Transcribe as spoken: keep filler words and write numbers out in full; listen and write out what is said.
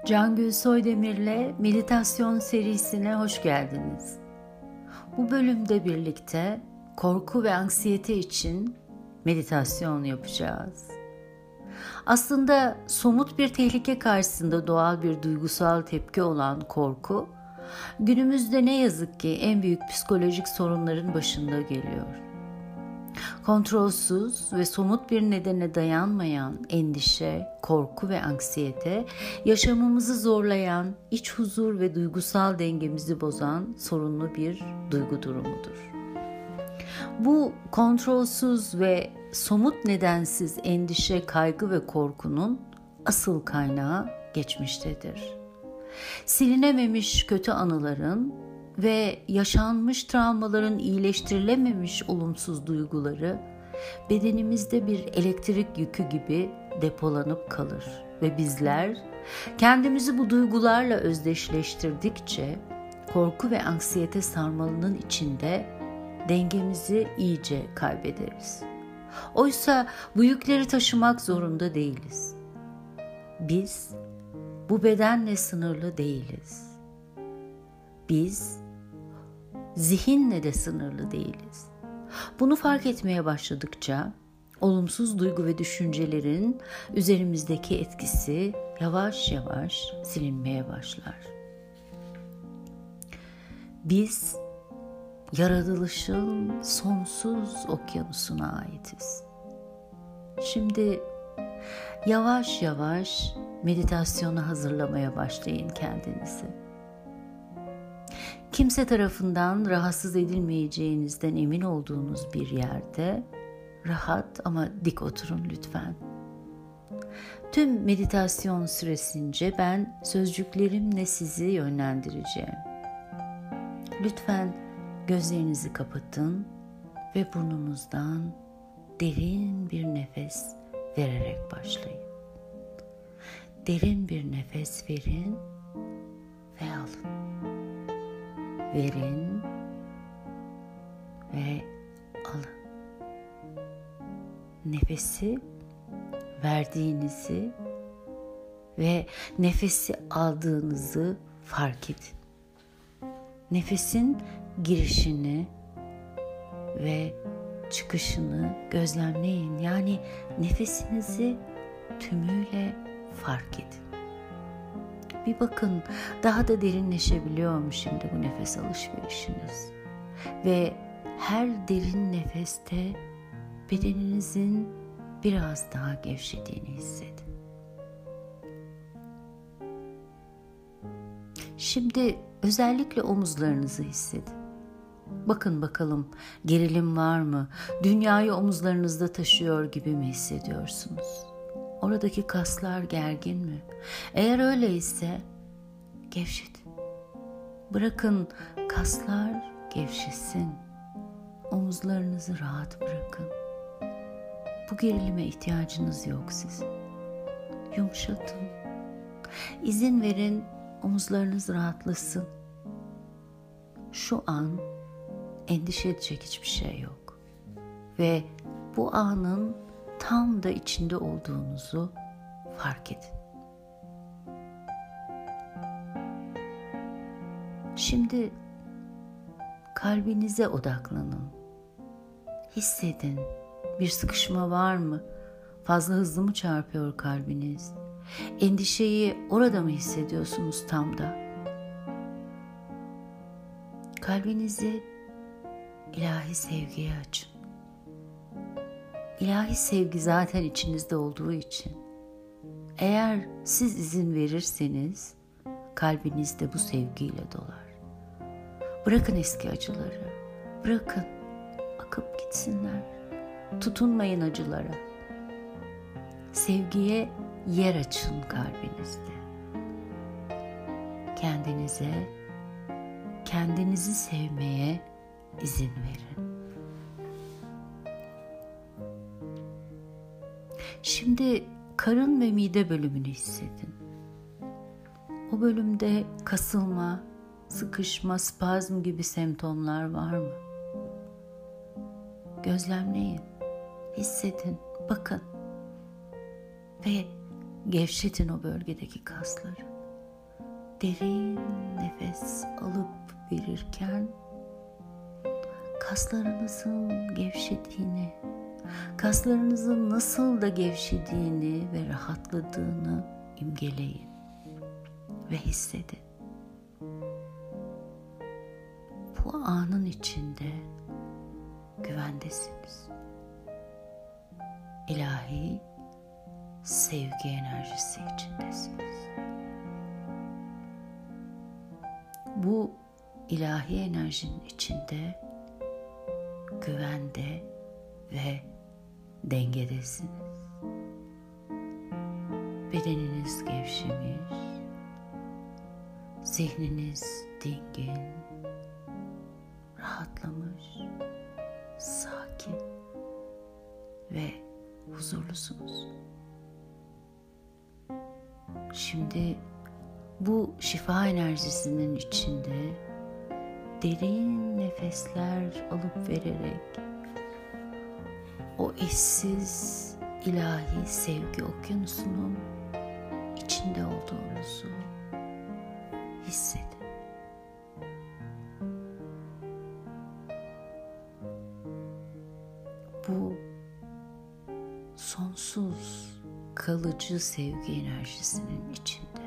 Cangül Soydemir'le meditasyon serisine hoş geldiniz. Bu bölümde birlikte korku ve anksiyete için meditasyon yapacağız. Aslında somut bir tehlike karşısında doğal bir duygusal tepki olan korku, günümüzde ne yazık ki en büyük psikolojik sorunların başında geliyor. Kontrolsüz ve somut bir nedene dayanmayan endişe, korku ve anksiyete, yaşamımızı zorlayan, iç huzur ve duygusal dengemizi bozan sorunlu bir duygu durumudur. Bu kontrolsüz ve somut nedensiz endişe, kaygı ve korkunun asıl kaynağı geçmiştedir. Silinememiş kötü anıların ve yaşanmış travmaların iyileştirilememiş olumsuz duyguları bedenimizde bir elektrik yükü gibi depolanıp kalır ve bizler kendimizi bu duygularla özdeşleştirdikçe korku ve anksiyete sarmalının içinde dengemizi iyice kaybederiz. Oysa bu yükleri taşımak zorunda değiliz. Biz bu bedenle sınırlı değiliz. Biz zihinle de sınırlı değiliz. Bunu fark etmeye başladıkça olumsuz duygu ve düşüncelerin üzerimizdeki etkisi yavaş yavaş silinmeye başlar. Biz yaratılışın sonsuz okyanusuna aitiz. Şimdi yavaş yavaş meditasyona hazırlamaya başlayın kendinizi. Kimse tarafından rahatsız edilmeyeceğinizden emin olduğunuz bir yerde rahat ama dik oturun lütfen. Tüm meditasyon süresince ben sözcüklerimle sizi yönlendireceğim. Lütfen gözlerinizi kapatın ve burnunuzdan derin bir nefes vererek başlayın. Derin bir nefes verin ve alın. Verin ve alın. Nefesi verdiğinizi ve nefesi aldığınızı fark edin. Nefesin girişini ve çıkışını gözlemleyin. Yani nefesinizi tümüyle fark edin. Bir bakın daha da derinleşebiliyor mu şimdi bu nefes alışverişiniz? Ve her derin nefeste bedeninizin biraz daha gevşediğini hissedin. Şimdi özellikle omuzlarınızı hissedin. Bakın bakalım gerilim var mı? Dünyayı omuzlarınızda taşıyor gibi mi hissediyorsunuz? Oradaki kaslar gergin mi? Eğer öyleyse gevşetin. Bırakın kaslar gevşesin. Omuzlarınızı rahat bırakın. Bu gerilime ihtiyacınız yok sizin. Yumuşatın. İzin verin omuzlarınız rahatlasın. Şu an endişe edecek hiçbir şey yok. Ve bu anın tam da içinde olduğunuzu fark edin. Şimdi kalbinize odaklanın. Hissedin. Bir sıkışma var mı? Fazla hızlı mı çarpıyor kalbiniz? Endişeyi orada mı hissediyorsunuz tam da? Kalbinizi ilahi sevgiye açın. İlahi sevgi zaten içinizde olduğu için eğer siz izin verirseniz kalbiniz de bu sevgiyle dolar. Bırakın eski acıları. Bırakın akıp gitsinler. Tutunmayın acılara. Sevgiye yer açın kalbinizde. Kendinize, kendinizi sevmeye izin verin. Şimdi karın ve mide bölümünü hissedin. O bölümde kasılma, sıkışma, spazm gibi semptomlar var mı? Gözlemleyin, hissedin, bakın ve gevşetin o bölgedeki kasları. derin nefes alıp verirken kaslarınızın gevşediğini, kaslarınızın nasıl da gevşediğini ve rahatladığını imgeleyin ve hissedin. Bu anın içinde güvendesiniz. İlahi sevgi enerjisi içindesiniz. Bu ilahi enerjinin içinde güvende ve dengedesiniz. Bedeniniz gevşemiş, zihniniz dingin, rahatlamış, sakin ve huzurlusunuz. Şimdi bu şifa enerjisinin içinde derin nefesler alıp vererek o eşsiz ilahi sevgi okyanusunun içinde olduğunuzu hissedin. Bu sonsuz kalıcı sevgi enerjisinin içinde